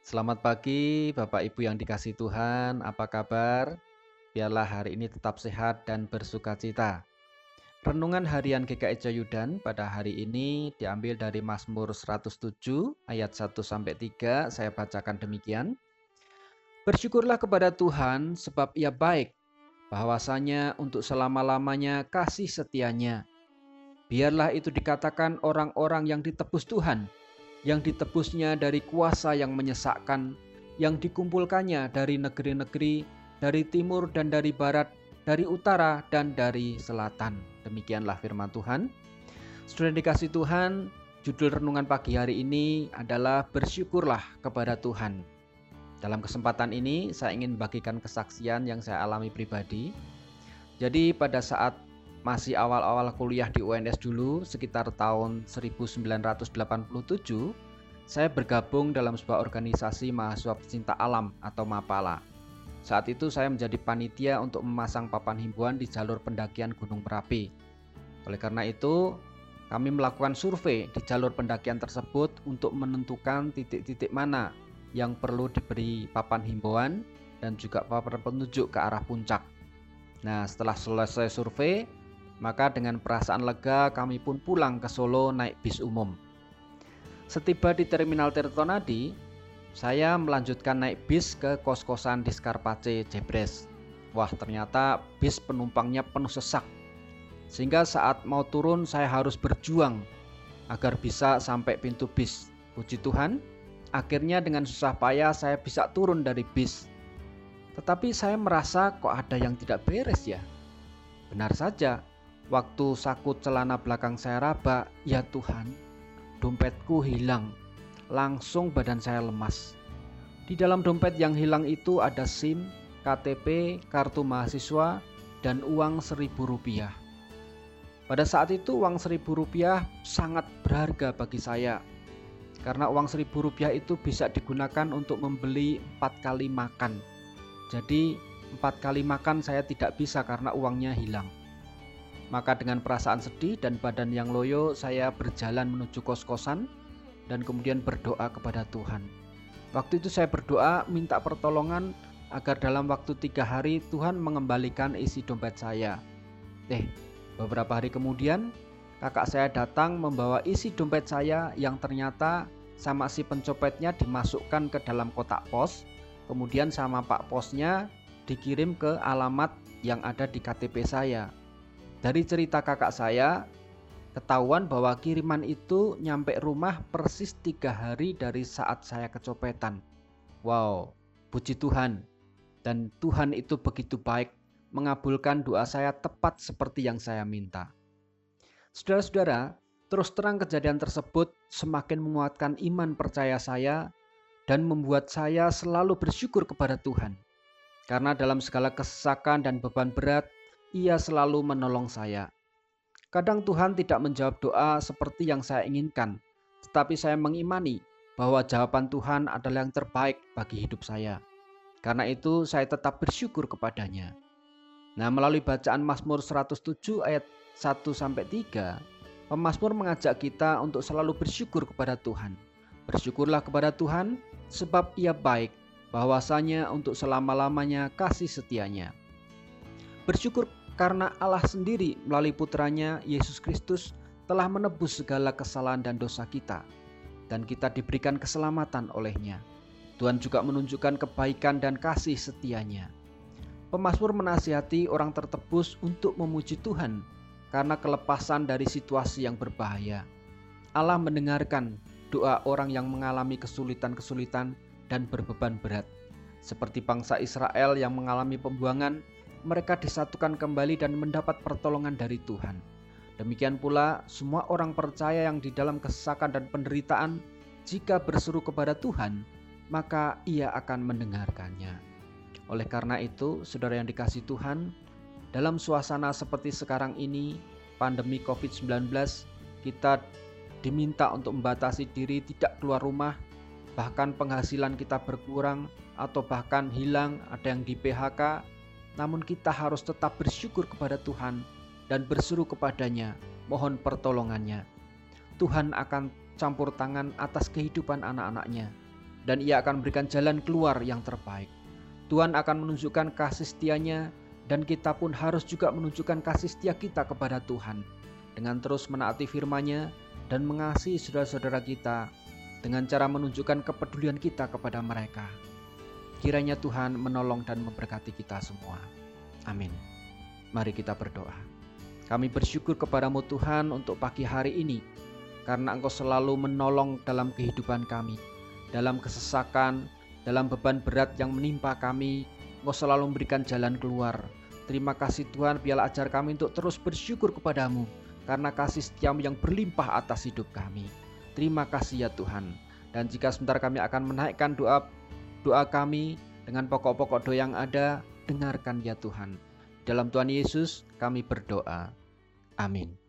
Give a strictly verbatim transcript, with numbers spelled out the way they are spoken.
Selamat pagi, Bapak Ibu yang dikasihi Tuhan. Apa kabar? Biarlah hari ini tetap sehat dan bersukacita. Renungan harian G K I Joyudan pada hari ini diambil dari Mazmur seratus tujuh ayat satu sampai tiga. Saya bacakan demikian. Bersyukurlah kepada Tuhan sebab Ia baik, bahwasanya untuk selama-lamanya kasih setianya. Biarlah itu dikatakan orang-orang yang ditebus Tuhan, yang ditebusnya dari kuasa yang menyesakkan, yang dikumpulkannya dari negeri-negeri, dari timur dan dari barat, dari utara dan dari selatan. Demikianlah firman Tuhan. Sudah dikasih Tuhan, judul renungan pagi hari ini adalah bersyukurlah kepada Tuhan. Dalam kesempatan ini saya ingin bagikan kesaksian yang saya alami pribadi. Jadi pada saat masih awal-awal kuliah di U N S dulu, sekitar tahun seribu sembilan ratus delapan puluh tujuh, saya bergabung dalam sebuah organisasi mahasiswa pecinta alam atau MAPALA. Saat itu saya menjadi panitia untuk memasang papan himbauan di jalur pendakian Gunung Merapi. Oleh karena itu, kami melakukan survei di jalur pendakian tersebut untuk menentukan titik-titik mana yang perlu diberi papan himbauan dan juga papan petunjuk ke arah puncak. Nah, setelah selesai survei, maka dengan perasaan lega kami pun pulang ke Solo naik bis umum. Setiba di Terminal Tirtonadi, saya melanjutkan naik bis ke kos-kosan di Skarpace, Jebres. Wah, ternyata bis penumpangnya penuh sesak. Sehingga saat mau turun saya harus berjuang agar bisa sampai pintu bis. Puji Tuhan, akhirnya dengan susah payah saya bisa turun dari bis. Tetapi saya merasa kok ada yang tidak beres ya. Benar saja, waktu saku celana belakang saya raba, ya Tuhan, dompetku hilang. Langsung badan saya lemas. Di dalam dompet yang hilang itu ada SIM, K T P, kartu mahasiswa, dan uang seribu rupiah. Pada saat itu uang seribu rupiah sangat berharga bagi saya. Karena uang seribu rupiah itu bisa digunakan untuk membeli empat kali makan. Jadi empat kali makan saya tidak bisa karena uangnya hilang. Maka dengan perasaan sedih dan badan yang loyo, saya berjalan menuju kos-kosan dan kemudian berdoa kepada Tuhan. Waktu itu saya berdoa minta pertolongan agar dalam waktu tiga hari Tuhan mengembalikan isi dompet saya. Eh, beberapa hari kemudian kakak saya datang membawa isi dompet saya yang ternyata sama si pencopetnya dimasukkan ke dalam kotak pos. Kemudian sama Pak Posnya dikirim ke alamat yang ada di K T P saya. Dari cerita kakak saya, ketahuan bahwa kiriman itu nyampe rumah persis tiga hari dari saat saya kecopetan. Wow, puji Tuhan. Dan Tuhan itu begitu baik, mengabulkan doa saya tepat seperti yang saya minta. Saudara-saudara, terus terang kejadian tersebut semakin menguatkan iman percaya saya dan membuat saya selalu bersyukur kepada Tuhan. Karena dalam segala kesesakan dan beban berat, Ia selalu menolong saya. Kadang Tuhan tidak menjawab doa seperti yang saya inginkan, tetapi saya mengimani bahwa jawaban Tuhan adalah yang terbaik bagi hidup saya. Karena itu saya tetap bersyukur kepadanya. Nah, melalui bacaan Mazmur seratus tujuh ayat satu sampai tiga, pemazmur mengajak kita untuk selalu bersyukur kepada Tuhan. Bersyukurlah kepada Tuhan sebab Ia baik, bahwasanya untuk selama-lamanya kasih setianya. Bersyukur karena Allah sendiri melalui putranya Yesus Kristus telah menebus segala kesalahan dan dosa kita, dan kita diberikan keselamatan olehnya. Tuhan juga menunjukkan kebaikan dan kasih setianya. Pemazmur menasihati orang tertebus untuk memuji Tuhan karena kelepasan dari situasi yang berbahaya. Allah mendengarkan doa orang yang mengalami kesulitan-kesulitan dan berbeban berat. Seperti bangsa Israel yang mengalami pembuangan, mereka disatukan kembali dan mendapat pertolongan dari Tuhan. Demikian pula semua orang percaya yang di dalam kesesakan dan penderitaan, jika berseru kepada Tuhan, maka Ia akan mendengarkannya. Oleh karena itu, saudara yang dikasihi Tuhan, dalam suasana seperti sekarang ini, pandemi covid sembilan belas, kita diminta untuk membatasi diri tidak keluar rumah, bahkan penghasilan kita berkurang atau bahkan hilang, ada yang di P H K. Namun kita harus tetap bersyukur kepada Tuhan dan berseru kepadanya, mohon pertolongannya. Tuhan akan campur tangan atas kehidupan anak-anaknya. dan Ia akan memberikan jalan keluar yang terbaik. Tuhan akan menunjukkan kasih setia-Nya, dan kita pun harus juga menunjukkan kasih setia kita kepada Tuhan dengan terus menaati firman-Nya dan mengasihi saudara-saudara kita dengan cara menunjukkan kepedulian kita kepada mereka. Kiranya Tuhan menolong dan memberkati kita semua. Amin. Mari kita berdoa. Kami bersyukur kepadamu Tuhan untuk pagi hari ini, karena Engkau selalu menolong dalam kehidupan kami, dalam kesesakan, dalam beban berat yang menimpa kami. Engkau selalu memberikan jalan keluar. Terima kasih Tuhan, biarlah ajar kami untuk terus bersyukur kepadamu, karena kasih setiamu yang berlimpah atas hidup kami. Terima kasih ya Tuhan. Dan jika sebentar kami akan menaikkan doa doa kami dengan pokok-pokok doa yang ada, dengarkan ya Tuhan. Dalam Tuhan Yesus kami berdoa. Amin.